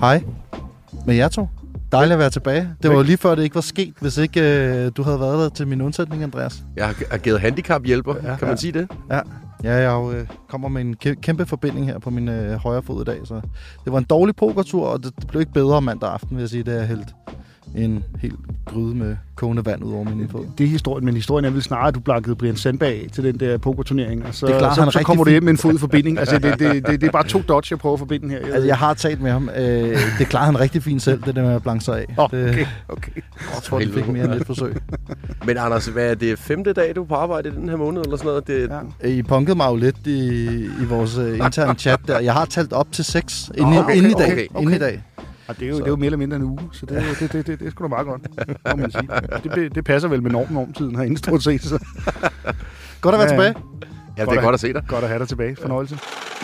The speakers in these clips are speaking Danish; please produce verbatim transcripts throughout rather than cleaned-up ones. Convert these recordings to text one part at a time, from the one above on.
Hej med jer to. Dejligt at være tilbage. Det var jo lige før, det ikke var sket, hvis ikke øh, du havde været der til min undsætning, Andreas. Jeg har givet handicaphjælper, ja, kan man ja. sige det? Ja, ja jeg jo, øh, kommer med en kæmpe forbinding her på min øh, højre fod i dag. Så det var en dårlig pokertur, og det, det blev ikke bedre mandag aften, vil jeg sige, da jeg hældte en helt gryde med kogende vand ud over min fod. Det er historien, men historien er vel snarere, at du blakkede Brian Sandberg til den der pokerturnering, og så, det er klar, så, så kommer du hjem med en fod i forbinding. Altså, det, det, det, det er bare to dodge, jeg prøver at forbinde her. Altså, jeg har talt med ham. Øh, det klarer han rigtig fint selv, det der med at blanke sig af. Okay, det, okay. Jeg tror, det fik mere end et forsøg. Men Anders, hvad er det femte dag, du er på arbejde i den her måned, eller sådan noget? Det... Ja. I punkede mig jo lidt i, i vores uh, interne chat der. Jeg har talt op til seks inden, okay, inden i dag. Okay, okay. Inden i dag. Ja, det, er jo, det er jo mere eller mindre en uge, så det, det, det, det, det er sgu da meget godt, må man sige. Det, det passer vel med normen om tiden herinde, stort set. Så. Godt at være ja, tilbage. Ja, det er godt at se dig. Godt at have dig tilbage. Fornøjelse.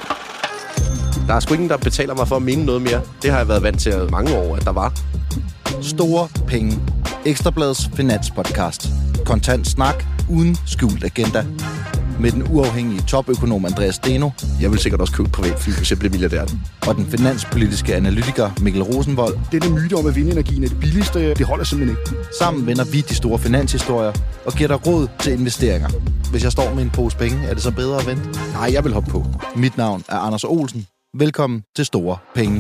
Der er sgu ingen, der betaler mig for at mene noget mere. Det har jeg været vant til mange år, at der var. Store penge. Ekstrabladets finanspodcast. Kontant snak uden skjult agenda. Med den uafhængige topøkonom Andreas Steno. Jeg vil sikkert også købe privatfly, hvis jeg bliver milliardær. Og den finanspolitiske analytiker Mikkel Rosenvold. Denne myte om, at vindenergien er det billigste, det holder simpelthen ikke. Sammen vender vi de store finanshistorier og giver dig råd til investeringer. Hvis jeg står med en pose penge, er det så bedre at vente? Nej, jeg vil hoppe på. Mit navn er Anders Olsen. Velkommen til Store Penge.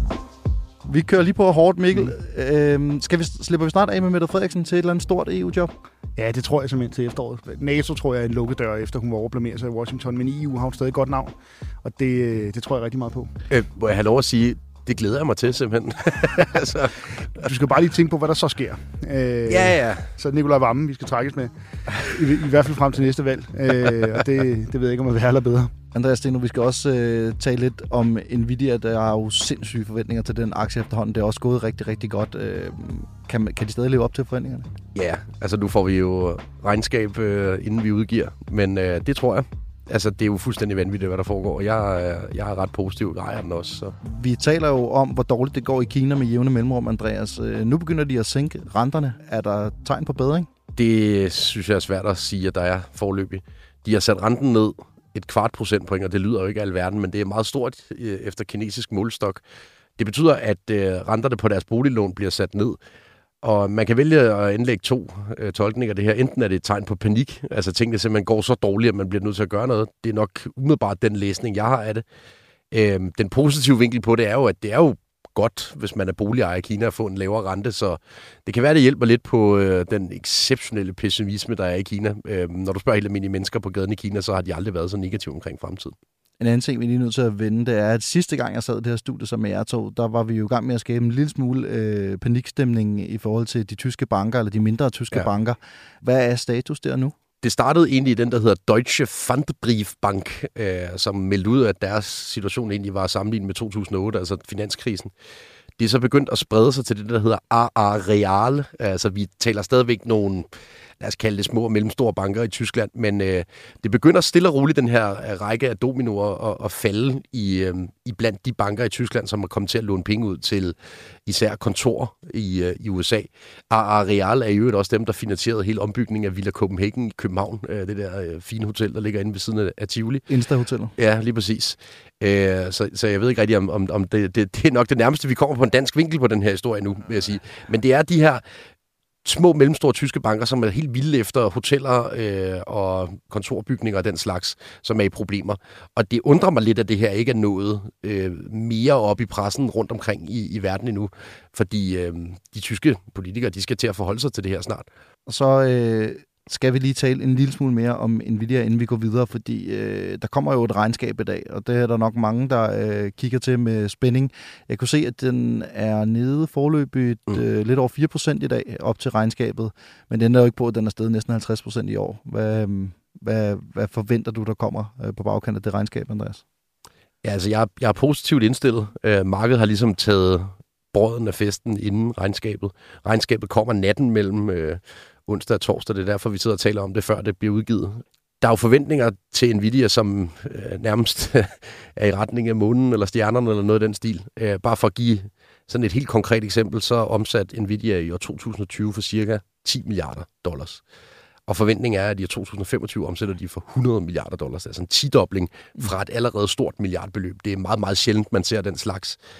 Vi kører lige på hårdt, Mikkel. Øhm, skal vi, slipper vi snart af med Mette Frederiksen til et eller andet stort E U-job? Ja, det tror jeg simpelthen til efteråret. NATO tror jeg er en lukkedør, efter hun var overblameret sig i Washington, men E U har hun stadig et godt navn, og det, det tror jeg rigtig meget på. Øh, må jeg have lov at sige, det glæder jeg mig til simpelthen. altså. Du skal bare lige tænke på, hvad der så sker. Øh, ja, ja. Så Nikolaj Wammen, vi skal trækkes med, i, i hvert fald frem til næste valg, øh, og det, det ved jeg ikke, om jeg vil have eller bedre. Andreas Steno, vi skal også øh, tale lidt om Nvidia. Der er jo sindssyge forventninger til den aktie efterhånden. Det er også gået rigtig, rigtig godt. Øh, kan, kan de stadig leve op til forventningerne? Ja, altså nu får vi jo regnskab, øh, inden vi udgiver. Men øh, det tror jeg. Altså, det er jo fuldstændig vanvittigt, hvad der foregår. Jeg, øh, jeg er ret positiv. Jeg er den også. Så. Vi taler jo om, hvor dårligt det går i Kina med jævne mellemrum, Andreas. Øh, nu begynder de at sænke renterne. Er der tegn på bedring? Det synes jeg er svært at sige, at der er forløbig. De har sat renten ned et kvart procentpoint, og det lyder jo ikke alverden, men det er meget stort øh, efter kinesisk målestok. Det betyder, at øh, renterne på deres boliglån bliver sat ned, og man kan vælge at indlægge to øh, tolkninger af det her. Enten er det et tegn på panik, altså tingene simpelthen går så dårligt, at man bliver nødt til at gøre noget. Det er nok umiddelbart den læsning, jeg har af det. Øh, den positive vinkel på det er jo, at det er jo godt, hvis man er boligejer i Kina, at få en lavere rente, så det kan være, det hjælper lidt på øh, den exceptionelle pessimisme, der er i Kina. Øh, når du spørger helt almindelige mennesker på gaden i Kina, så har de aldrig været så negative omkring fremtiden. En anden ting, vi er lige nødt til at vende, det er, at sidste gang, jeg sad i det her studie som med jer to, der var vi jo i gang med at skabe en lille smule øh, panikstemning i forhold til de tyske banker, eller de mindre tyske ja. banker. Hvad er status der nu? Det startede egentlig i den, der hedder Deutsche Pfandbriefbank, øh, som meldte ud, at deres situation egentlig var sammenlignet med to tusind og otte, altså finanskrisen. Det er så begyndt at sprede sig til det, der hedder A A Real. Altså, vi taler stadigvæk nogle, lad os kalde det små og mellemstore banker i Tyskland, men øh, det begynder stille og roligt, den her række af dominoer, at, at falde i, øh, i blandt de banker i Tyskland, som er kommet til at låne penge ud til især kontor i, øh, i U S A. A A Real er jo også dem, der finansierede hele ombygningen af Villa Copenhagen i København, øh, det der øh, fine hotel, der ligger inde ved siden af, af Tivoli. Insta-hotellet. Ja, lige præcis. Øh, så, så jeg ved ikke rigtig, om, om, om det, det, det er nok det nærmeste, vi kommer på en dansk vinkel på den her historie nu, vil jeg sige. Men det er de her små, mellemstore tyske banker, som er helt vilde efter hoteller øh, og kontorbygninger og den slags, som er i problemer. Og det undrer mig lidt, at det her ikke er nået øh, mere op i pressen rundt omkring i, i verden endnu, fordi øh, de tyske politikere, de skal til at forholde sig til det her snart. Og så øh, skal vi lige tale en lille smule mere om Nvidia, inden vi går videre, fordi øh, der kommer jo et regnskab i dag, og det er der nok mange, der øh, kigger til med spænding. Jeg kunne se, at den er nede forløbigt mm. øh, lidt over fire procent i dag op til regnskabet, men den er jo ikke på, at den er steget næsten halvtreds procent i år. Hvad, hvad, hvad forventer du, der kommer øh, på bagkant af det regnskab, Andreas? Ja, altså jeg, jeg er positivt indstillet. Øh, markedet har ligesom taget brøden af festen inden regnskabet. Regnskabet kommer natten mellem øh, onsdag og torsdag. Det er derfor, vi sidder og taler om det, før det bliver udgivet. Der er jo forventninger til Nvidia, som øh, nærmest er i retning af månen eller stjernerne eller noget af den stil. Øh, bare for at give sådan et helt konkret eksempel, så omsat Nvidia i år to tusind og tyve for cirka ti milliarder dollars. Og forventningen er, at i år to tusind og femogtyve omsætter de for hundrede milliarder dollars. Altså en tidobling fra et allerede stort milliardbeløb. Det er meget, meget sjældent, man ser den slags.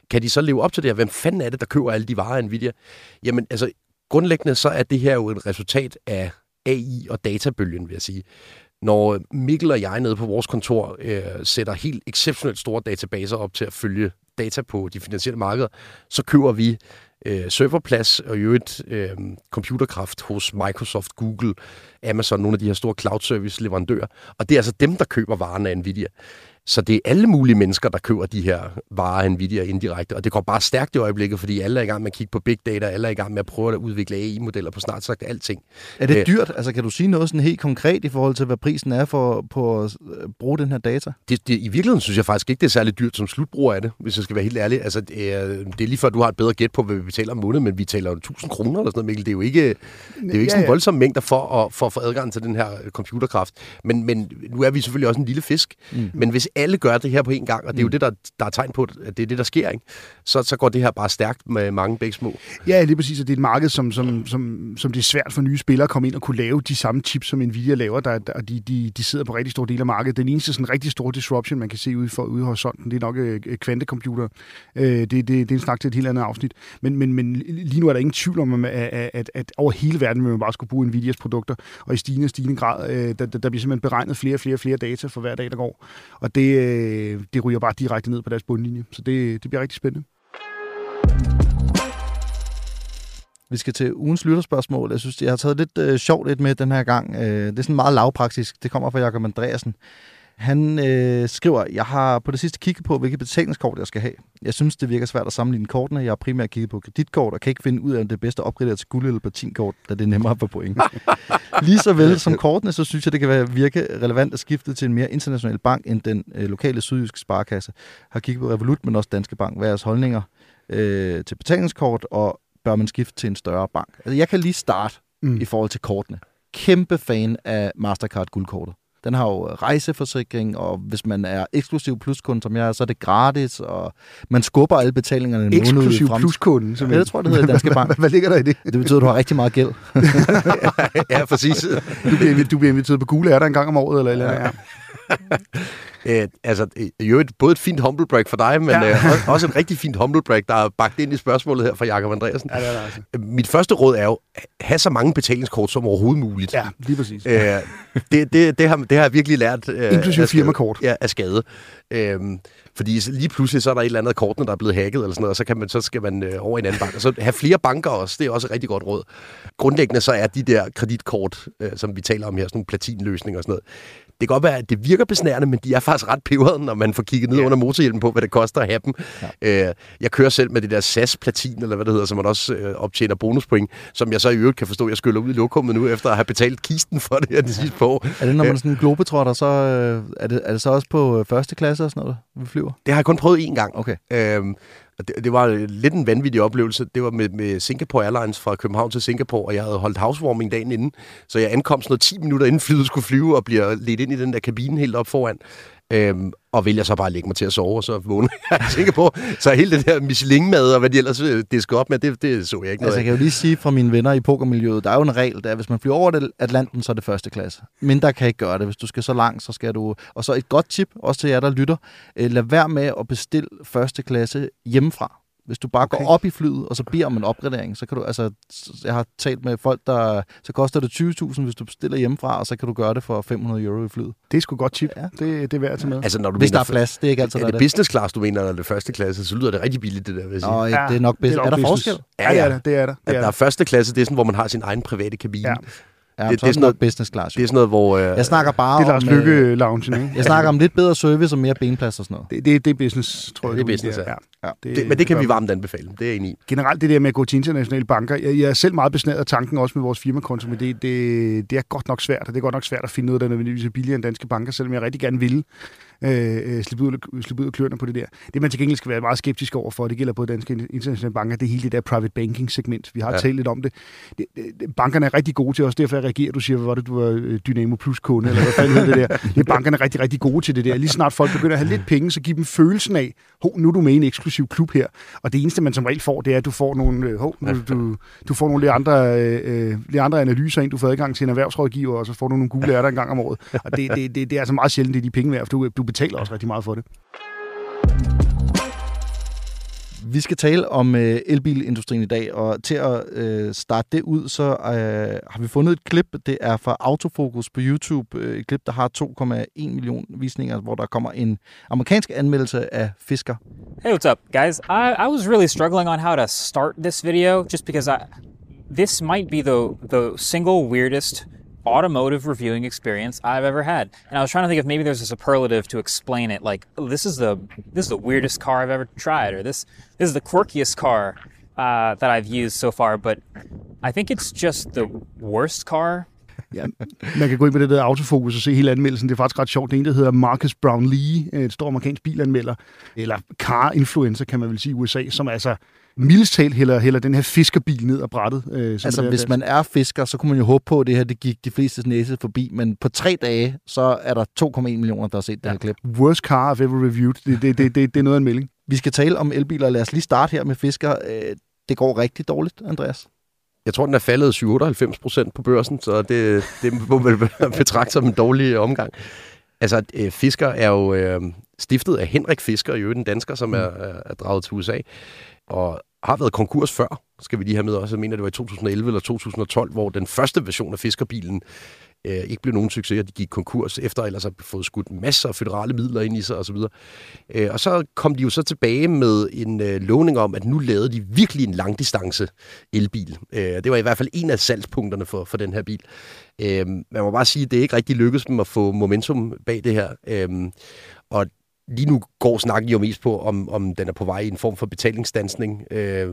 kan de så leve op til det her? Hvem fanden er det, der køber alle de varer af Nvidia? Jamen, altså, grundlæggende så er det her jo et resultat af A I og databølgen, vil jeg sige. Når Mikkel og jeg nede på vores kontor øh, sætter helt exceptionelt store databaser op til at følge data på de finansielle markeder, så køber vi øh, serverplads og i øvrigt øh, computerkraft hos Microsoft, Google, Amazon, nogle af de her store cloud service leverandører. Og det er altså dem, der køber varerne af Nvidia. Så det er alle mulige mennesker, der køber de her varer af Nvidia indirekte, og det går bare stærkt i øjeblikket, fordi alle er i gang med at kigge på big data, alle er i gang med at prøve at udvikle A I-modeller på snart sagt alting. Er det dyrt? Altså, kan du sige noget sådan helt konkret i forhold til, hvad prisen er for på at bruge den her data? Det, det, I virkeligheden synes jeg faktisk ikke, det er særlig dyrt som slutbruger af det, hvis jeg skal være helt ærlig. Altså, det er, det er lige før, du har et bedre gæt på, hvad vi betaler om måneden, men vi taler jo tusind kroner eller sådan noget, Mikkel. Det er jo ikke, det er jo ikke sådan en voldsom mængder for at, for at få adgang til den her computerkraft. Men, men nu er vi selvfølgelig også en lille fisk. Mm. Men hvis alle gør det her på en gang, og det er jo det, der, der er tegn på, at det er det, der sker, ikke? Så, så går det her bare stærkt med mange begge små. Ja, lige præcis, og det er et marked, som, som, som, som det er svært for nye spillere at komme ind og kunne lave de samme chips, som Nvidia laver, der, der, og de, de, de sidder på rigtig store dele af markedet. Den eneste sådan rigtig store disruption, man kan se ude, for, ude hos horisonten, det er nok øh, kvantecomputer. Øh, det, det, det er en snak til et helt andet afsnit. Men, men, men lige nu er der ingen tvivl om, at, at, at, at over hele verden vil man bare skulle bruge Nvidias produkter, og i stigende og stigende grad, øh, der, der bliver simpelthen beregnet flere og flere og flere data for hver dag, der går. Og det, øh, det ryger bare direkte ned på deres bundlinje. Så det, det bliver rigtig spændende. Vi skal til ugens lytterspørgsmål. Jeg synes, jeg har taget lidt øh, sjovt lidt med den her gang. Øh, det er sådan meget lavpraktisk. Det kommer fra Jakob Andreasen. Han øh, skriver, jeg har på det sidste kigget på, hvilket betalingskort jeg skal have. Jeg synes, det virker svært at sammenligne kortene. Jeg har primært kigget på kreditkort og kan ikke finde ud af, om det er bedst at opgradere til guld- eller platinkort, da det er nemmere at få point. Lige så vel som kortene, så synes jeg, det kan være virke relevant at skifte til en mere international bank end den øh, lokale sydjyske sparekasse. Har kigget på Revolut, men også Danske Bank. Hvad er jeres holdninger øh, til betalingskort, og bør man skifte til en større bank? Altså, jeg kan lige starte mm. i forhold til kortene. Kæmpe fan af Mastercard guldkortet. Den har jo rejseforsikring, og hvis man er eksklusiv pluskunde, som jeg er, så er det gratis, og man skubber alle betalingerne en måned frem. Eksklusiv pluskunde? Som ja, det tror jeg, det hedder i Danske Bank. Hvad ligger der i det? Det betyder, at du har rigtig meget gæld. Ja, præcis. Du bliver, du bliver inviteret på gule ærter en gang om året, eller eller andet. Ja. Øh, altså, jo et, både et fint humble brag for dig, men ja. øh, også et rigtig fint humble brag, der er bagt ind i spørgsmålet her fra Jakob Andreasen. Ja, det er det altså. Mit første råd er jo, have så mange betalingskort som overhovedet muligt. Ja, lige præcis. Øh, det, det, det, har, det har jeg virkelig lært. Øh, Inklusive firmakort. Ja, af skade. Øh, fordi lige pludselig så er der et eller andet af kortene, der er blevet hacket, eller sådan noget, og så, kan man, så skal man øh, over i en anden bank. Og så have flere banker også, det er også et rigtig godt råd. Grundlæggende så er de der kreditkort, øh, som vi taler om her, sådan nogle platinløsninger og sådan noget, det kan godt være, at det virker besnærende, men de er faktisk ret peberede, når man får kigget ned ja. under motorhjelmen på, hvad det koster at have dem. Ja. Øh, jeg kører selv med det der S A S Platin, eller hvad det hedder, som man også øh, optjener bonuspoint, som jeg så i øvrigt kan forstå, at jeg skyller ud i lokummet nu, efter at have betalt kisten for det her det sidste år. Er det, når man er sådan en globetrotter, så øh, er, det, er det så også på første klasse og sådan noget, vi flyver? Det har jeg kun prøvet én gang. Okay. Øhm, Det, det var lidt en vanvittig oplevelse. Det var med, med Singapore Airlines fra København til Singapore, og jeg havde holdt housewarming dagen inden. Så jeg ankom sådan noget ti minutter inden flyet skulle flyve, og bliver ledt ind i den der kabine helt op foran. Øhm, og vælger så bare at lægge mig til at sove, og så vågner jeg i Singapore. Så hele det der Michelin-mad, og hvad de ellers diskede op med, det, det så jeg ikke noget altså, jeg kan jo lige sige fra mine venner i pokermiljøet, der er jo en regel, der hvis man flyver over Atlanten, så er det første klasse. Mindre kan ikke gøre det. Hvis du skal så langt, så skal du... Og så et godt tip, også til jer, der lytter. Lad være med at bestille første klasse hjemmefra. Hvis du bare okay. går op i flyet, og så beder om en opgradering, så kan du, altså, jeg har talt med folk, der, så koster det tyve tusind, hvis du bestiller hjemmefra, og så kan du gøre det for fem hundrede euro i flyet. Det er sgu godt tip. Ja. Det, det er værd at tage med. Altså, når du hvis mener, der er plads, det er ikke altid er det. Er det business class, du mener, eller det første klasse, så lyder det rigtig billigt, det der, vil jeg sige. Nå, ja, det er nok business. Er, er der business. forskel? Ja, ja, det er der. Det er der. At der er første klasse, det er sådan, hvor man har sin egen private kabine. Ja. Ja, det, det er sådan noget business class. Det er sådan noget, hvor... Øh, jeg snakker bare det er Lars Lykke loungen, ikke? Jeg snakker om lidt bedre service og mere benplads og sådan noget. Det, det, det er business, tror jeg. Det er business, ja. ja. ja. Det, det, men det kan vi varmt anbefale. Det er jeg enig i. Generelt det der med at gå til internationale banker. Jeg, jeg er selv meget besnæret af tanken også med vores firmakonto, men det, det, det er godt nok svært. Og det er godt nok svært at finde noget, der nødvendigvis er billigere end danske banker, selvom jeg rigtig gerne vil øh, slippe, ud, slippe ud af kløerne på det der. Det man til gengæld skal være meget skeptisk over for, det gælder både danske internationale banker, det er hele det der private banking segment. Vi har ja. talt lidt om det. det, det bankerne er rigtig gode til os, derfor jeg reagerer. Du siger, hvor det du var Dynamo Plus kunde, eller hvad fanden hedder det der. Det er bankerne rigtig, rigtig gode til det der. Lige snart folk begynder at have lidt penge, så giv dem følelsen af, hov, nu er du med i en eksklusiv klub her. Og det eneste, man som regel får, det er, at du får nogle, hov, du, du, du får nogle lidt andre, øh, lidt andre analyser ind, du får adgang til en erhvervsrådgiver, og så får du nogle gule ærter en gang om året. Og det, det, det, det er altså meget sjældent, det er de penge værd, for du, du betaler også rigtig meget for det. Vi skal tale om øh, elbilindustrien i dag, og til at øh, starte det ud, så øh, har vi fundet et klip. Det er fra Autofocus på YouTube. Et klip, der har to komma en million visninger, hvor der kommer en amerikansk anmeldelse af Fisker. Hey, what's up, guys? I, I was really struggling on how to start this video, just because I, this might be the the single weirdest automotive reviewing experience I've ever had. And I was trying to think if maybe there's a superlative to explain it, like, oh, this is the this is the weirdest car I've ever tried, or this this is the quirkiest car uh, that I've used so far. But I think it's just the worst car. Ja, man kan gå ind på det der Autofocus og se hele anmeldelsen. Det er faktisk ret sjovt. Det er en, der hedder Marcus Brownlee, et stor amerikansk bilanmelder, eller car-influencer, kan man vel sige, i U S A, som altså mildest talt hælder, hælder den her fiskerbil ned ad brættet. Øh, altså, der, hvis der. man er fisker, så kunne man jo håbe på, at det her det gik de fleste næse forbi, men på tre dage, så er der to komma en millioner, der har set ja. det her klip. Worst car I've ever reviewed. Det, det, det, det, det er noget af en melding. Vi skal tale om elbiler. Lad os lige starte her med Fisker. Det går rigtig dårligt, Andreas. Jeg tror, den er faldet syv til otteoghalvfems procent på børsen, så det, det må man betragte som en dårlig omgang. Altså, Fisker er jo øh, stiftet af Henrik Fisker, i øvrigt en dansker, som er, er draget til U S A, og har været konkurs før, skal vi lige have med også. Jeg mener, det var i to tusind og elleve eller to tusind og tolv, hvor den første version af Fiskerbilen øh, ikke blev nogen succes, og de gik konkurs efter, ellers har fået skudt masser af føderale midler ind i sig osv. Øh, og så kom de jo så tilbage med en øh, lovning om, at nu lavede de virkelig en langdistance elbil. Øh, det var i hvert fald en af salgspunkterne for, for den her bil. Øh, man må bare sige, at det ikke rigtig lykkedes dem at få momentum bag det her. Øh, og lige nu går snakken jo mest på, om, om den er på vej i en form for betalingsstandsning. Øh,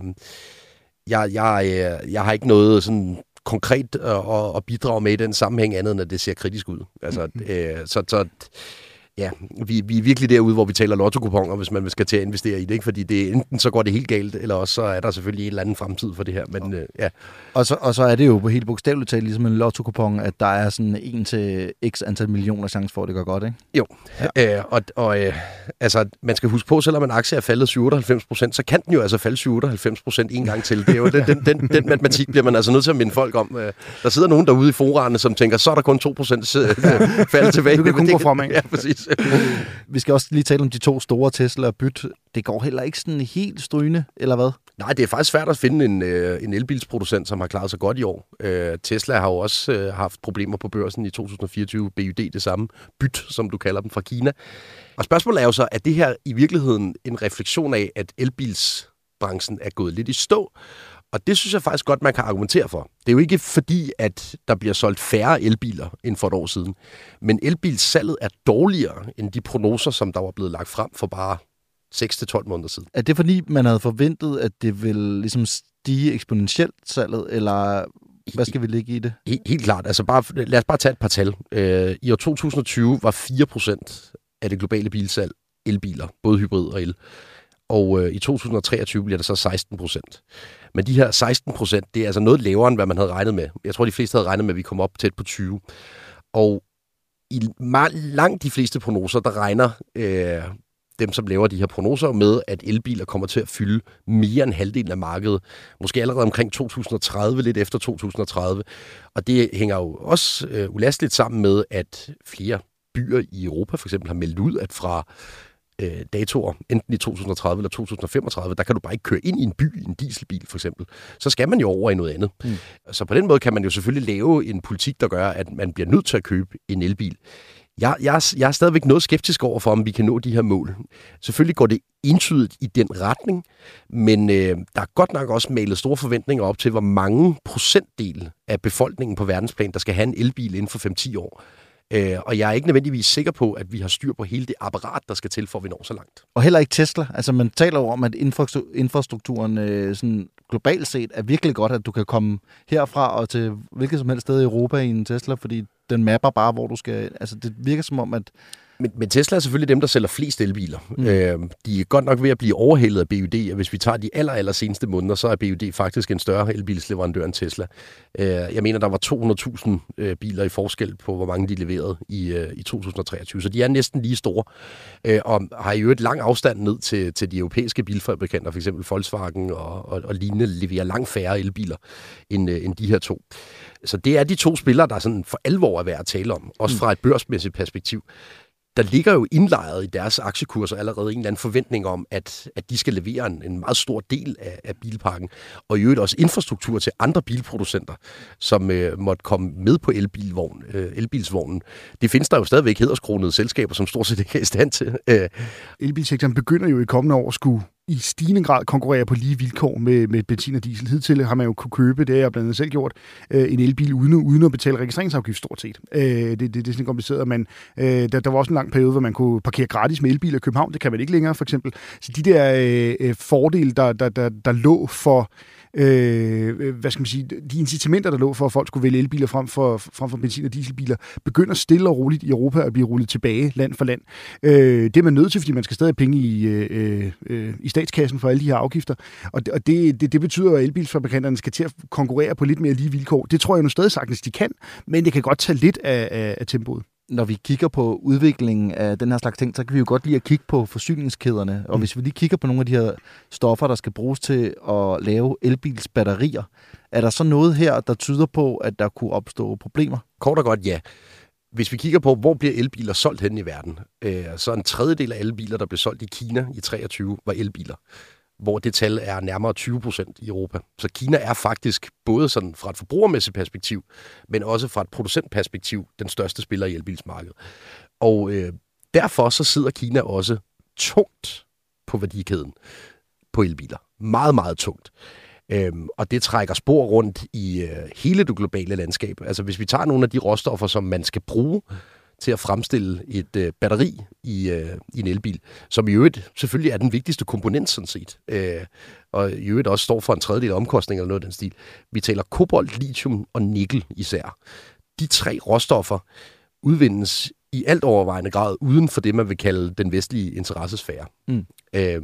jeg, jeg, jeg har ikke noget sådan konkret at, at bidrage med i den sammenhæng andet, end at det ser kritisk ud. Altså, mm-hmm. øh, så, så ja, vi, vi er virkelig derude, hvor vi taler lotto-kuponer, hvis man skal til at investere i det, ikke? Fordi det, enten så går det helt galt, eller også så er der selvfølgelig en eller anden fremtid for det her. Men, øh, ja. og, så, og så er det jo på helt bogstaveligt talt ligesom en lotto-kupon, at der er sådan en til x antal millioner chance for, at det går godt, ikke? Jo, ja. øh, og, og øh, altså, man skal huske på, selvom en aktie er faldet syv til otteoghalvfems procent, så kan den jo altså falde syv til otteoghalvfems procent en gang til. Det er jo den, den, den, den matematik bliver man altså nødt til at minde folk om. Der sidder nogen derude i forerne, som tænker, så er der kun to procent fald tilbage. Du kan kun gå fremad. Ja, præcis. Vi skal også lige tale om de to store Tesla og Byt. Det går heller ikke sådan helt strygende, eller hvad? Nej, det er faktisk svært at finde en, øh, en elbilsproducent, som har klaret sig godt i år. Øh, Tesla har jo også øh, haft problemer på børsen i to tusind og fireogtyve. B Y D det samme. Byt, som du kalder dem, fra Kina. Og spørgsmålet er jo så, at det her i virkeligheden en refleksion af, at elbilsbranchen er gået lidt i stå. Og det synes jeg faktisk godt, man kan argumentere for. Det er jo ikke fordi, at der bliver solgt færre elbiler end for et år siden. Men elbilssalget er dårligere end de prognoser, som der var blevet lagt frem for bare seks til tolv måneder siden. Er det fordi, man havde forventet, at det ville ligesom stige eksponentielt salget, eller hvad skal vi ligge i det? Helt, helt klart. Altså bare, lad os bare tage et par tal. Øh, I år to tusind og tyve var fire procent af det globale bilsalg elbiler, både hybrid og el. Og øh, i to tusind og treogtyve bliver det så seksten procent. Men de her seksten procent, det er altså noget lavere, end hvad man havde regnet med. Jeg tror, de fleste havde regnet med, at vi kom op tæt på tyve. Og i langt de fleste prognoser, der regner øh, dem, som laver de her prognoser med, at elbiler kommer til at fylde mere end halvdelen af markedet. Måske allerede omkring to tusind og tredive, lidt efter to tusind og tredive. Og det hænger jo også øh, ulasteligt sammen med, at flere byer i Europa for eksempel har meldt ud, at fra øh, datoer, enten i to tusind og tredive eller to tusind og femogtredive, der kan du bare ikke køre ind i en by i en dieselbil for eksempel. Så skal man jo over i noget andet. Mm. Så på den måde kan man jo selvfølgelig lave en politik, der gør, at man bliver nødt til at købe en elbil. Jeg, jeg, jeg er stadigvæk noget skeptisk over for, om vi kan nå de her mål. Selvfølgelig går det entydigt i den retning, men øh, der er godt nok også malet store forventninger op til, hvor mange procentdel af befolkningen på verdensplan, der skal have en elbil inden for fem til ti år. Øh, og jeg er ikke nødvendigvis sikker på, at vi har styr på hele det apparat, der skal til, for at vi når så langt. Og heller ikke Tesla. Altså man taler jo om, at infrastrukturen øh, sådan globalt set er virkelig godt, at du kan komme herfra og til hvilket som helst sted i Europa i en Tesla, fordi den mapper bare, hvor du skal. Altså det virker som om, at Men, men Tesla er selvfølgelig dem, der sælger flest elbiler. Mm. Øh, de er godt nok ved at blive overhældet af B Y D, og hvis vi tager de aller, aller seneste måneder, så er B Y D faktisk en større elbilsleverandør end Tesla. Øh, jeg mener, der var to hundrede tusind øh, biler i forskel på, hvor mange de leverede i, øh, i to tusind og treogtyve, så de er næsten lige store, øh, og har i øvrigt lang afstand ned til, til de europæiske bilfabrikanter, f.eks. Volkswagen og, og, og lignende, leverer langt færre elbiler end, øh, end de her to. Så det er de to spillere, der sådan for alvor er værd at tale om, også fra et børsmæssigt perspektiv. der ligger jo indlejret i deres aktiekurser allerede en eller anden forventning om, at, at de skal levere en, en meget stor del af, af bilparken, og i øvrigt også infrastruktur til andre bilproducenter, som øh, måtte komme med på elbilvogn, øh, elbilsvognen. Det findes der jo stadigvæk hæderskronede selskaber, som stort set ikke er i stand til. Øh. Elbilsektoren begynder jo i kommende år at skulle i stigende grad konkurrere på lige vilkår med, med benzin og diesel. Hidtil har man jo kunne købe, det har jeg blandt andet selv gjort, øh, en elbil uden, uden at betale registreringsafgift stort set. Øh, det, det, det er sådan kompliceret, men øh, der, der var også en lang periode, hvor man kunne parkere gratis med elbiler i København. Det kan man ikke længere, for eksempel. Så de der øh, fordele, der, der, der, der lå for Øh, hvad skal man sige, de incitamenter, der lå for, at folk skulle vælge elbiler frem for, frem for benzin- og dieselbiler, begynder stille og roligt i Europa at blive rullet tilbage land for land. Øh, det er man nødt til, fordi man skal stadig have penge i, øh, øh, i statskassen for alle de her afgifter. Og det, og det, det, det betyder, at elbilsfabrikanterne skal til at konkurrere på lidt mere lige vilkår. Det tror jeg nu stadig sagtens, de kan, men det kan godt tage lidt af, af, af tempoet. Når vi kigger på udviklingen af den her slags ting, så kan vi jo godt lide at kigge på forsyningskæderne. Og mm. hvis vi lige kigger på nogle af de her stoffer, der skal bruges til at lave elbilsbatterier, er der så noget her, der tyder på, at der kunne opstå problemer? Kort og godt, ja. Hvis vi kigger på, hvor bliver elbiler solgt hen i verden, øh, så en tredjedel af elbiler, der blev solgt i Kina i treogtyve, var elbiler, hvor det tal er nærmere tyve procent i Europa. Så Kina er faktisk både sådan fra et forbrugermæssigt perspektiv, men også fra et producentperspektiv den største spiller i elbilsmarkedet. Og øh, derfor så sidder Kina også tungt på værdikæden på elbiler. Meget, meget tungt. Øhm, og det trækker spor rundt i øh, hele det globale landskab. Altså hvis vi tager nogle af de råstoffer, som man skal bruge til at fremstille et øh, batteri i, øh, i en elbil, som i øvrigt selvfølgelig er den vigtigste komponent sådan set, øh, og i øvrigt også står for en tredjedel af omkostninger eller noget af den stil. Vi taler kobolt, lithium og nikkel især. De tre råstoffer udvindes i alt overvejende grad uden for det, man vil kalde den vestlige interessesfære. Mm. Øh,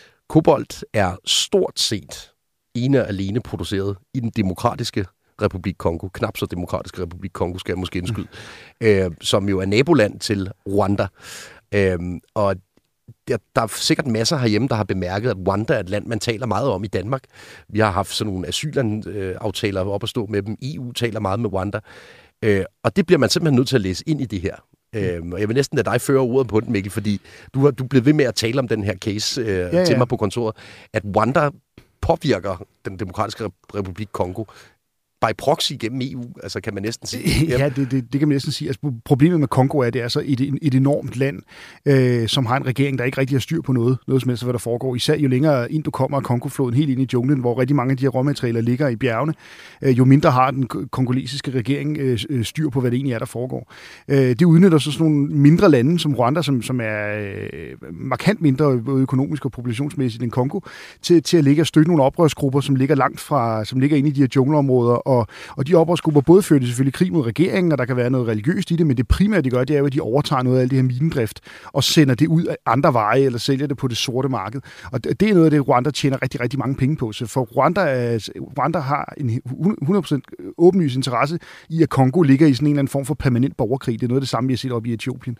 kobolt er stort set ene og alene produceret i den demokratiske Republik Kongo, knap så demokratiske Republik Kongo, skal jeg måske indskyde, mm. øh, som jo er naboland til Rwanda. Øh, og der, der er sikkert masser herhjemme, der har bemærket, at Rwanda er et land, man taler meget om i Danmark. Vi har haft sådan nogle asylaftaler op at stå med dem. E U taler meget med Rwanda. Øh, og det bliver man simpelthen nødt til at læse ind i det her. Øhm, og jeg vil næsten lade dig føre ordet på den, Mikkel, fordi du har du blev ved med at tale om den her case øh, ja, ja. til mig på kontoret, at Rwanda påvirker den demokratiske Republik Kongo by proxy gennem E U, altså kan man næsten sige. Ja, det, det, det kan man næsten sige. Altså, problemet med Kongo er, at det er så et, et enormt land, øh, som har en regering, der ikke rigtig har styr på noget, noget som helst, hvad der foregår. Især jo længere ind du kommer af Kongofloden, helt ind i junglen, hvor rigtig mange af de her råmaterialer ligger i bjergene, øh, jo mindre har den kongolesiske regering øh, styr på, hvad det egentlig er, der foregår. Øh, det udnytter så sådan nogle mindre lande, som Rwanda, som, som er øh, markant mindre både økonomisk og populationsmæssigt end Kongo, til, til at ligge og støtte nogle oprørsgrupper, som ligger langt fra, som ligger inde i de her jungleområder. Og, og de oprørsgrupper både fører selvfølgelig krig mod regeringen, og der kan være noget religiøst i det, men det primære, de gør, det er jo, at de overtager noget af alt det her minedrift og sender det ud af andre veje, eller sælger det på det sorte marked. Og det er noget af det, Rwanda tjener rigtig, rigtig mange penge på. Så for Rwanda, Rwanda har en hundrede procent åbenlys interesse i, at Kongo ligger i sådan en eller anden form for permanent borgerkrig. Det er noget af det samme, vi har set op i Etiopien.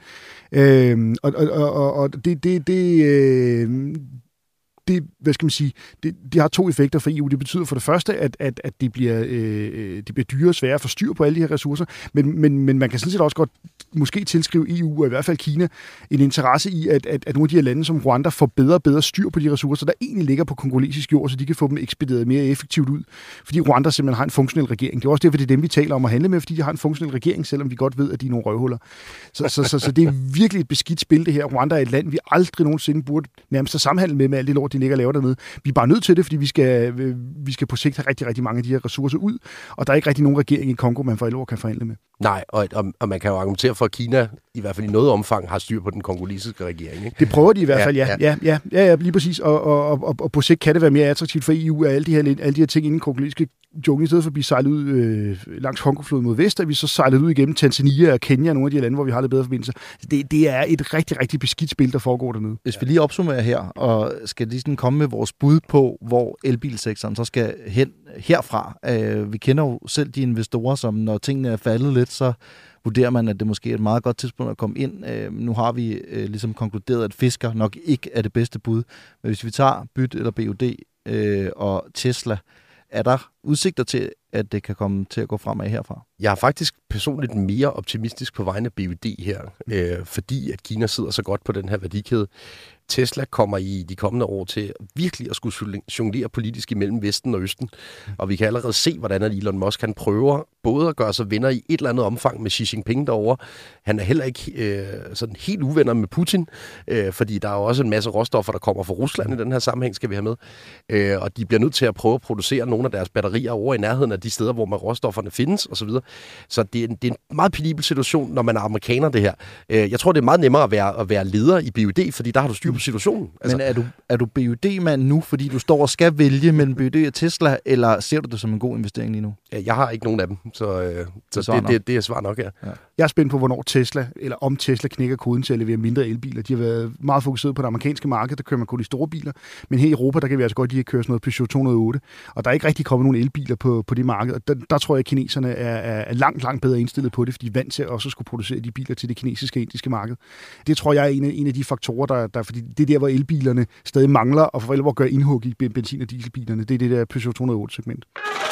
Øhm, og og, og, og det... det, det øh, Det, hvad skal man sige, det, de har to effekter for E U. Det betyder for det første, at, at, at det, bliver, øh, det bliver dyre og svære at få styr på alle de her ressourcer, men, men, men man kan sådan set også godt måske tilskrive E U, og i hvert fald Kina, en interesse i, at, at, at nogle af de her lande som Rwanda får bedre og bedre styr på de ressourcer, der egentlig ligger på kongolesisk jord, så de kan få dem ekspederet mere effektivt ud. Fordi Rwanda simpelthen har en funktionel regering. Det er også derfor, det er dem, vi taler om at handle med, fordi de har en funktionel regering, selvom vi godt ved, at de er nogle røvhuller. Så, så, så, så det er virkelig et beskidt spil, det her. Rwanda er et land, vi aldrig nogensinde burde nærmest samhandle med, med alt det lort, de ligger og laver dernede. Vi er bare nødt til det, fordi vi skal, vi skal på sigt have rigtig, rigtig mange af de her ressourcer ud, og der er ikke rigtig nogen regering i Kongo, man for alvor kan forhandle med. Nej, og, og, og man kan jo argumentere for, at Kina i hvert fald i noget omfang har styr på den kongolesiske regering. Ikke? Det prøver de i hvert fald, ja. Ja, ja, ja, ja lige præcis. Og, og, og, og på sigt kan det være mere attraktivt for E U, at alle de her, alle de her ting inden kongolesiske jungle, i stedet for at blive sejlet ud øh, langs Kongofloden mod vest, at vi så sejlet ud igennem Tanzania og Kenya, nogle af de her lande, hvor vi har lidt bedre forbindelser. Det, det er et rigtig, rigtig beskidt spil, der foregår dernede. Hvis vi lige opsummerer her, og skal lige sådan komme med vores bud på, hvor elbilsektoren så skal hen herfra. Øh, vi kender jo selv de investorer, som når tingene er faldet lidt, så vurderer man, at det måske er et meget godt tidspunkt at komme ind. Øh, nu har vi øh, ligesom konkluderet, at Fisker nok ikke er det bedste bud. Men hvis vi tager Byt eller B U D øh, og Tesla, er der udsigter til, at det kan komme til at gå fremad herfra? Jeg er faktisk personligt mere optimistisk på vegne af B Y D her, øh, fordi at Kina sidder så godt på den her værdikæde. Tesla kommer i de kommende år til virkelig at skulle jonglere politisk imellem Vesten og Østen. Og vi kan allerede se, hvordan Elon Musk han prøver både at gøre sig venner i et eller andet omfang med Xi Jinping derovre. Han er heller ikke øh, sådan helt uvenner med Putin, øh, fordi der er jo også en masse råstoffer, der kommer fra Rusland i den her sammenhæng, skal vi have med. Øh, og de bliver nødt til at prøve at producere nogle af deres batterier over i nærheden af de steder, hvor man råstofferne findes osv. Så, så det, er en, det er en meget penibel situation, når man er amerikaner, det her. Øh, jeg tror, det er meget nemmere at være, at være leder i B Y D, fordi der har du styr på situationen. Altså. Men er du, er du B Y D-mand nu, fordi du står og skal vælge mellem B Y D og Tesla, eller ser du det som en god investering lige nu? Jeg har ikke nogen af dem, så, øh, så det, det, det er svar nok, ja. ja. Jeg er spændt på, hvornår Tesla, eller om Tesla knækker koden til at levere mindre elbiler. De har været meget fokuseret på det amerikanske marked, der kører man kun de store biler, men her i Europa, der kan vi altså godt lide at køre sådan noget Peugeot to hundrede og otte, og der er ikke rigtig kommet nogen elbiler på, på det marked, og der, der tror jeg, at kineserne er, er langt, langt bedre indstillet på det, fordi de er vant til også at skulle producere de biler til det kinesiske og indiske marked. Det tror jeg er en af, en af de faktorer, der, der, fordi det er der, hvor elbilerne stadig mangler, og for alvor gør indhug i benzin- og dieselbilerne. Det er det der Peugeot to hundrede og otte-segment.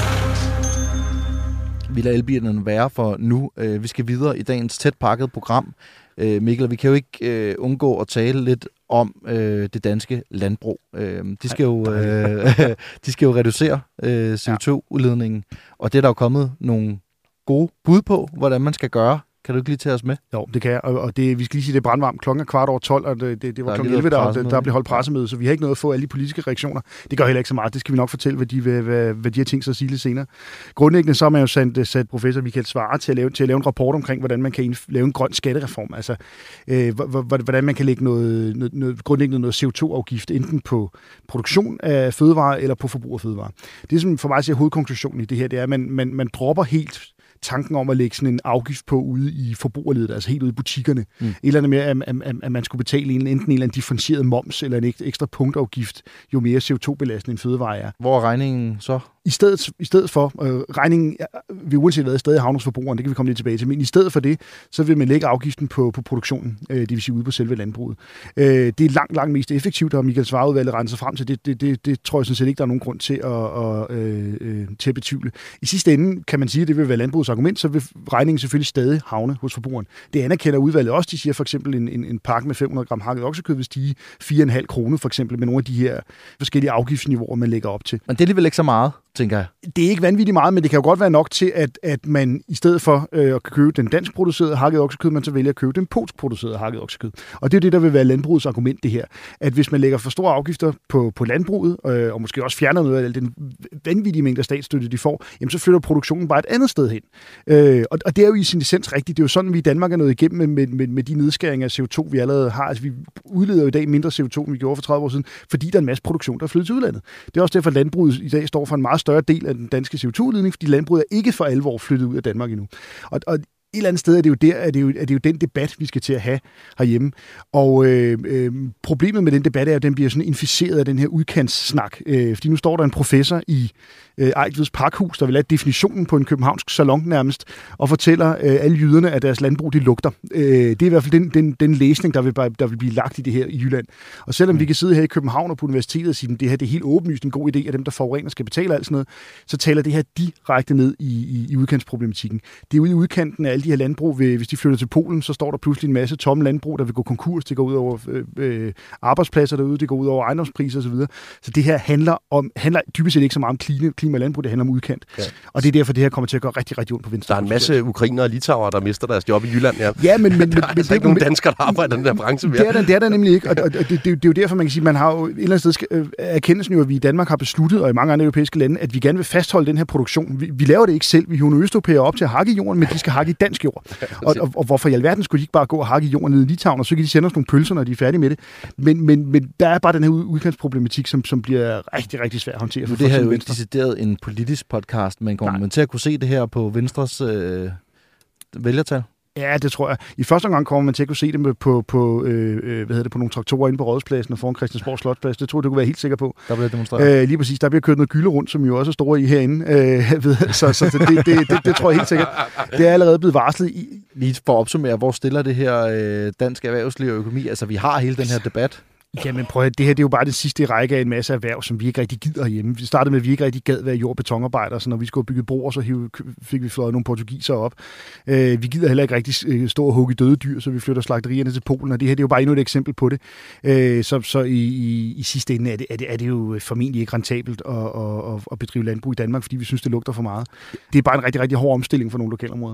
Vi lader elbilerne være for nu. Vi skal videre i dagens tæt pakket program. Mikkel, vi kan jo ikke øh, undgå at tale lidt om øh, det danske landbrug. Øh, de, skal jo, øh, de skal jo reducere øh, C O to udledningen, og det er der jo kommet nogle gode bud på, hvordan man skal gøre. Kan du ikke lige tage os med? Jo, det kan jeg, og det, vi skal lige sige, det er brandvarmt. Klokken er kvart over tolv, og det, det, det var klokken elleve, der, der, der blev holdt pressemøde, så vi har ikke noget at få alle de politiske reaktioner. Det gør heller ikke så meget. Det skal vi nok fortælle, hvad de, hvad, hvad, hvad de har tænkt sig at sige lidt senere. Grundlæggende så har man jo sat, sat professor Michael Svarer til at, lave, til at lave en rapport omkring, hvordan man kan lave en grøn skattereform. Altså, øh, hvordan man kan lægge noget, noget, noget, grundlæggende noget C O to afgift, enten på produktion af fødevarer eller på forbrug af fødevarer. Det, som for mig siger hovedkonklusionen i det her, det er, at man, man, man dropper helt tanken om at lægge sådan en afgift på ude i forbrugerledet, altså helt ude i butikkerne. Mm. Et eller andet med, at, at, at man skulle betale en, enten en eller anden differentieret moms eller en ekstra punktafgift, jo mere C O to belastende en fødevare er. Hvor er regningen så? I stedet, i stedet for, øh, regningen vil uanset hvad stadig havne hos forbrugeren, det kan vi komme lidt tilbage til, men i stedet for det, så vil man lægge afgiften på, på produktionen, øh, det vil sige ude på selve landbruget. Øh, det er langt, langt mest effektivt, og Michael Svarer-udvalget regner sig frem til, det, det, det, det tror jeg sådan set ikke, der er nogen grund til at, at, øh, til at betvivle. I sidste ende kan man sige, at det vil være landbrugets argument, så vil regningen selvfølgelig stadig havne hos forbrugeren. Det anerkender udvalget også. De siger for eksempel, en, en, en pakke med fem hundrede gram hakket oksekød vil stige fire komma fem kroner for eksempel med nogle af de her forskellige afgiftsniveauer, man lægger op til. Men det er alligevel ikke så meget, tænker jeg. Det er ikke vanvittigt meget, men det kan jo godt være nok til, at, at man i stedet for øh, at købe den dansk producerede hakket oksekød, man så vælger at købe den polsk producerede hakket oksekød. Og det er det, der vil være landbrugets argument, det her. At hvis man lægger for store afgifter på, på landbruget, øh, og måske også fjerner noget af den vanvittige mængde statsstøtte, de får, jamen så flytter produktionen bare et andet sted hen. Øh, og, og det er jo i sin essens rigtigt. Det er jo sådan, vi i Danmark er nået igennem med, med, med, med de nedskæringer af C O to, vi allerede har. Altså, vi udleder jo i dag mindre C O to, end vi gjorde for tredive år siden, fordi der er en masse produktion, der er flyttet til udlandet. Det er også derfor, at landbruget i dag står for en meget større del af den danske C O to udledning, fordi landbruget er ikke for alvor flyttet ud af Danmark endnu. Og, og et eller andet sted er det jo der, er det jo, er det jo den debat, vi skal til at have herhjemme. Og øh, øh, problemet med den debat er, at den bliver sådan inficeret af den her udkantssnak. Øh, fordi nu står der en professor i øh, Ejtveds Pakhus, der vil have definitionen på en københavnsk salon nærmest, og fortæller øh, alle jyderne, at deres landbrug, de lugter. Øh, det er i hvert fald den, den, den læsning, der vil, der vil blive lagt i det her i Jylland. Og selvom mm. vi kan sidde her i København og på universitetet og sige, at det her det er helt åbenlyst en god idé, at dem, der forurener, skal betale alt sådan noget, så taler det her direkte ned i, i, i udkantsproblematikken. Det er ude i udkanten af alle de her landbrug, hvis de flytter til Polen, så står der pludselig en masse tomme landbrug, der vil gå konkurs, det går ud over øh, øh, arbejdspladser derude, det går ud over ejendomspriser osv. Så det her handler om handler dybest set ikke så meget om klima, klima og landbrug, det handler om udkant. Ja. Og det er derfor, det her kommer til at gøre rigtig, rigtig ondt på venstre. Der er en masse ukrainere og litauere, der mister deres job i Jylland. Ja, ja men, men, der er altså ikke nogen danskere, der arbejder i den der branche mere. Det er der, det er der nemlig ikke, og, og det, det, det, er jo derfor, man kan sige, man har jo et eller andet sted skal, øh, erkendelsen jo, at vi i Danmark har besluttet, og i mange andre europæiske lande, at vi gerne vil fastholde den her produktion. Vi, vi laver det ikke selv, vi hiver østeuropæere op til at hakke i jorden, men de skal hakke i dansk jord. Og, og, og hvorfor i alverden skulle de ikke bare gå og hakke i jorden nede i Litauen, og så kan de sende os nogle pølser, når de er færdige med det. Men, men, men der er bare den her udkantsproblematik, som, som bliver rigtig, rigtig svær at håndtere. For det her er jo ikke decideret en politisk podcast, men kommer man til at kunne se det her på Venstres øh, vælgertal? Ja, det tror jeg. I første omgang kommer man til at kunne se det på, på, øh, hvad hedder det, på nogle traktorer inde på Rådhuspladsen og foran Christiansborg Slotsplads. Det tror jeg, du kunne være helt sikker på. Der bliver demonstreret. Øh, lige præcis. Der bliver kørt noget gylde rundt, som jo også er store i herinde. Øh, ved, så så det, det, det, det, det tror jeg helt sikkert. Det er allerede blevet varslet i. Lige for at opsummere, hvor stiller det her øh, dansk erhvervsliv og økonomi? Altså, vi har hele den her debat. Jamen prøv at, det her det er jo bare det sidste i række af en masse erhverv, som vi ikke rigtig gider hjemme. Vi startede med, at vi ikke rigtig gad være jord- og betonarbejdere, så når vi skulle bygge broer, så hiv, fik vi fløjet nogle portugiser op. Øh, vi gider heller ikke rigtig stå og hugge døde dyr, så vi flytter slagterierne til Polen, og det her det er jo bare endnu et eksempel på det. Øh, så så i, i, i sidste ende er det, er, det, er det jo formentlig ikke rentabelt at, at, at bedrive landbrug i Danmark, fordi vi synes, det lugter for meget. Det er bare en rigtig, rigtig hård omstilling for nogle lokalområder.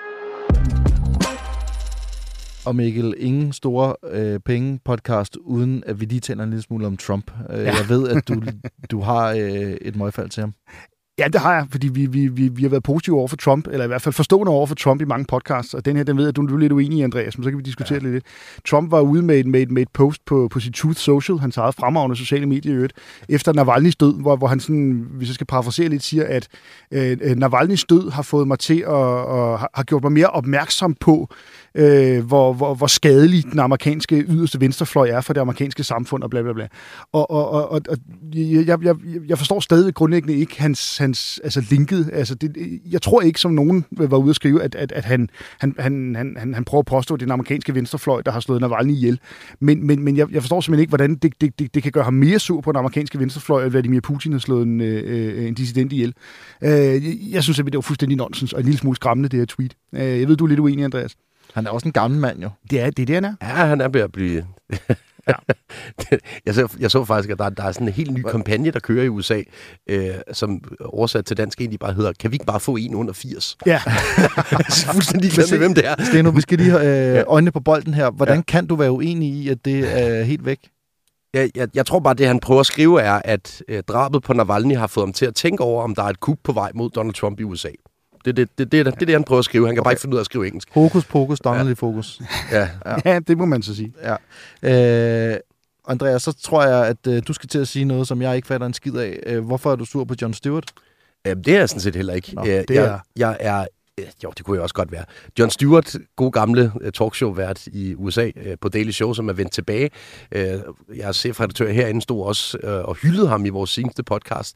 Og Mikkel, ingen store øh, penge-podcast, uden at vi lige taler en lille smule om Trump. Øh, ja. Jeg ved, at du, du har øh, et møgfald til ham. Ja, det har jeg, fordi vi, vi, vi, vi har været positive over for Trump, eller i hvert fald forstående over for Trump i mange podcasts, og den her, den ved jeg, du, du er lidt uenig i, Andreas, men så kan vi diskutere ja. lidt. Trump var ude med et, med et, med et post på, på sit Truth Social, hans eget fremragende sociale medier i øvrigt, efter Navalny's død, hvor, hvor han sådan, hvis jeg skal parafrasere lidt, siger, at øh, Navalny's død har fået mig til at, og har gjort mig mere opmærksom på, øh, hvor, hvor, hvor skadelig den amerikanske yderste venstrefløj er for det amerikanske samfund, og bla bla bla. Og, og, og, og jeg, jeg, jeg forstår stadig grundlæggende ikke hans, hans altså linket. Altså det, jeg tror ikke, som nogen var ude at skrive, at, at, at han, han, han, han, han prøver at påstå, at det er den amerikanske venstrefløj, der har slået Navalny ihjel. Men, men, men jeg, jeg forstår simpelthen ikke, hvordan det, det, det, det kan gøre ham mere sur på den amerikanske venstrefløj, at Vladimir Putin har slået en, øh, en dissident ihjel. Øh, jeg synes, at det var fuldstændig nonsens, og en lille smule skræmmende, det her tweet. Øh, jeg ved, du er lidt uenig, Andreas. Han er også en gammel mand, jo. Det er det, det han er. Ja, han er ved at blive... ja. jeg, så, jeg så faktisk, at der, der er sådan en helt ny kampagne, der kører i U S A, øh, som oversat til dansk egentlig bare hedder, kan vi ikke bare få en under firs? Ja. Fuldstændig glemme, hvem det er. Steno, vi skal lige have øh, øjnene på bolden her. Hvordan ja. kan du være uenig i, at det er helt væk? Jeg, jeg, jeg tror bare, det han prøver at skrive er, at øh, drabet på Navalny har fået ham til at tænke over, om der er et kup på vej mod Donald Trump i U S A. Det er det, det, det, det, det, det, han prøver at skrive. Han kan okay. bare ikke finde ud af at skrive engelsk. Hokus pokus, Donald ja. i fokus. Ja. Ja. ja, det må man så sige. Ja. Øh, Andreas, så tror jeg, at øh, du skal til at sige noget, som jeg ikke fatter en skid af. Øh, hvorfor er du sur på Jon Stewart? Øh, det er jeg sådan set heller ikke. Nå, øh, det jeg, er... jeg er... Jo, det kunne jeg også godt være. Jon Stewart, god gamle talkshow-vært i U S A på Daily Show, som er vendt tilbage. Jeg er chefredaktør herinde, stod også og hyldede ham i vores seneste podcast.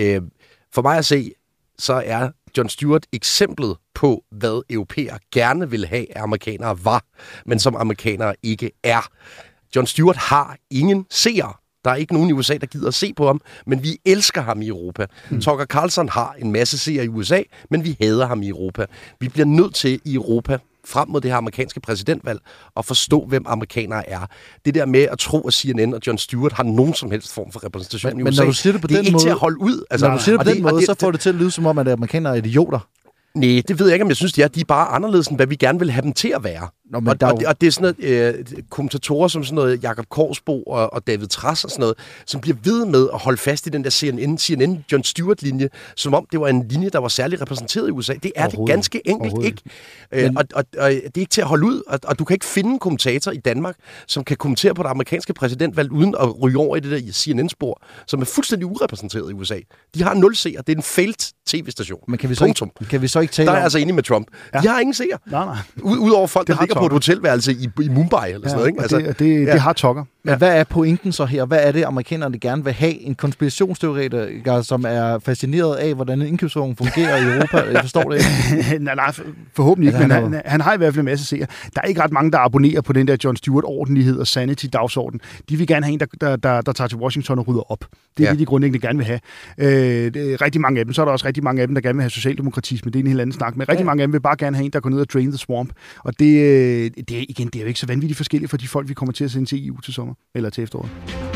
For mig at se, så er Jon Stewart eksemplet på, hvad europæere gerne vil have, at amerikanere var, men som amerikanere ikke er. Jon Stewart har ingen seere. Der er ikke nogen i U S A, der gider at se på ham, men vi elsker ham i Europa. Mm. Tucker Carlson har en masse seere i U S A, men vi hader ham i Europa. Vi bliver nødt til i Europa, frem mod det her amerikanske præsidentvalg, at forstå, hvem amerikanere er. Det der med at tro, at C N N og Jon Stewart har nogen som helst form for repræsentation men, i men U S A, når du siger det på det er den ikke måde, til at holde ud. Altså, når du siger det på den det, måde, det, så får det til at lyde som om, at amerikanere er idioter. Nej, det ved jeg ikke, om jeg synes, de er. De er bare anderledes, end hvad vi gerne vil have dem til at være. Nå, men og, der og, det, og det er sådan noget, øh, kommentatorer som sådan noget Jakob Korsbo og, og David Trass og sådan noget, som bliver ved med at holde fast i den der C N N, C N N Jon Stewart-linje, som om det var en linje, der var særligt repræsenteret i U S A. Det er det ganske enkelt ikke. Øh, og, og, og det er ikke til at holde ud, og, og du kan ikke finde en kommentator i Danmark, som kan kommentere på det amerikanske præsidentvalg, uden at ryge over i det der C N N-spor, som er fuldstændig urepræsenteret i U S A. De har nul seere. Det er en failed tv-station. Men kan vi så ikke, kan vi så ikke tale Der er om... jeg altså enig med Trump. Ja. De har ingen seere. Nej, nej. Udover folk, det der ligger på et hotelværelse i, i Mumbai eller ja, sådan noget. Ikke? Altså, det, det, ja. det har Tucker. Men ja. hvad er pointen så her? Hvad er det, amerikanerne gerne vil have? En konspirationsteoretiker, som er fascineret af, hvordan en indkøbsvogn fungerer i Europa? Jeg forstår det ikke. nej, nej, forhåbentlig ikke, altså, men han, han har i hvert fald en masse seere. Der er ikke ret mange, der abonnerer på den der Jon Stewart-ordentlighed og sanity-dagsorden. De vil gerne have en, der, der, der, der tager til Washington og rydder op. Det er ja. det, de grundlæggende gerne vil have. Øh, det er rigtig mange af dem. Så er der også rigtig mange af dem, der gerne vil have socialdemokratisme. Det er en helt anden snak. Men rigtig ja. mange af dem vil bare gerne have en, der går ned og drain the swamp. Og det, det, er, igen, det er jo ikke så vanvittigt forskelligt for de folk, vi kommer til at sende til E U til sommer. Eller til efteråret.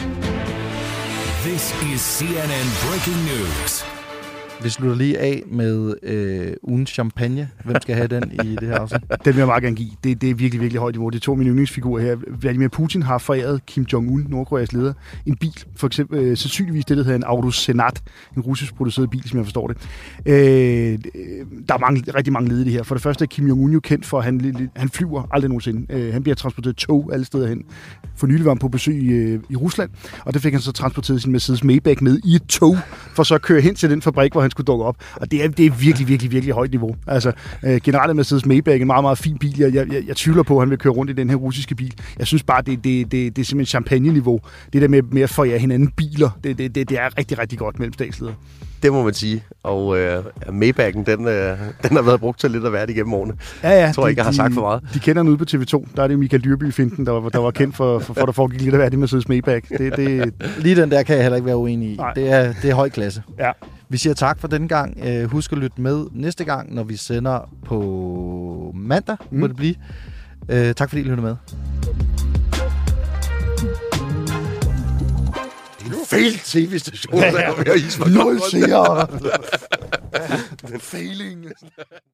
This is C N N Breaking News. Vi slutter lige af med øh, ugens champagne. Hvem skal have den i det her afsnit? Den vil jeg meget gerne give. Det, det er virkelig, virkelig højt niveau. Det er to af mine yndlingsfigurer her. Vladimir Putin har foræret Kim Jong-un, Nordkoreas leder, en bil. For eksempel øh, sandsynligvis det, der hedder en Auto Senat. En russisk produceret bil, som jeg forstår det. Øh, der er mange, rigtig mange led i det her. For det første er Kim Jong-un jo kendt for, at han, han flyver aldrig nogensinde. Øh, han bliver transporteret tog alle steder hen. For nylig var han på besøg i, øh, i Rusland, og der fik han så transporteret sin Mercedes Maybach med i et tog, for så at køre hen til den fabrik, hvor han skulle dukke op. Og det er, det er virkelig, virkelig, virkelig højt niveau. Altså, øh, generelt Mercedes Maybach, en meget, meget fin bil. Jeg, jeg, jeg tvivler på, at han vil køre rundt i den her russiske bil. Jeg synes bare, det, det, det, det er simpelthen champagne-niveau. Det der med, med at forære hinanden biler, det, det, det, det er rigtig, rigtig godt mellem statsledere. Det må man sige. Og øh, Maybach'en, den, øh, den har været brugt til lidt af hvert igennem årene. Ja, ja. Jeg tror ikke, jeg har sagt for meget. De kender den ude på T V to. Der er det Michael Dyrby-finten, der var, der var kendt for, for, for der foregik lidt af hvert i Mercedes Maybach. Det, det... Lige den der kan jeg heller ikke være uenig i. Det er, det er høj klasse. Ja. Vi siger tak for denne gang. Husk at lytte med næste gang, når vi sender på mandag, mm. må det blive. Uh, tak fordi I lyttede med. Fail T V-station. Ja, ja. Nul seere. Failing.